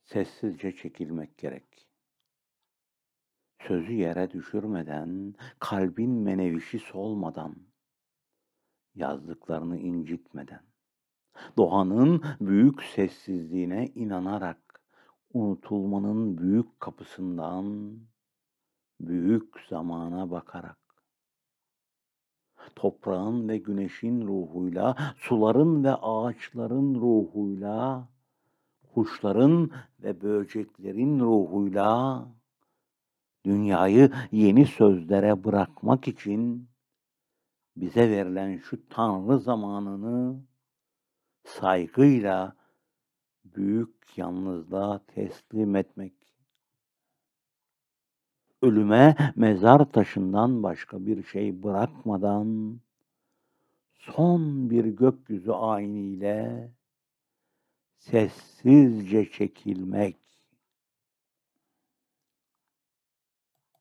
Sessizce çekilmek gerek. Sözü yere düşürmeden, kalbin menevişi solmadan, yazdıklarını incitmeden, doğanın büyük sessizliğine inanarak, unutulmanın büyük kapısından, büyük zamana bakarak, toprağın ve güneşin ruhuyla, suların ve ağaçların ruhuyla, kuşların ve böceklerin ruhuyla, dünyayı yeni sözlere bırakmak için bize verilen şu Tanrı zamanını saygıyla büyük yalnızlığa teslim etmek. Ölüme mezar taşından başka bir şey bırakmadan son bir gökyüzü ayiniyle sessizce çekilmek.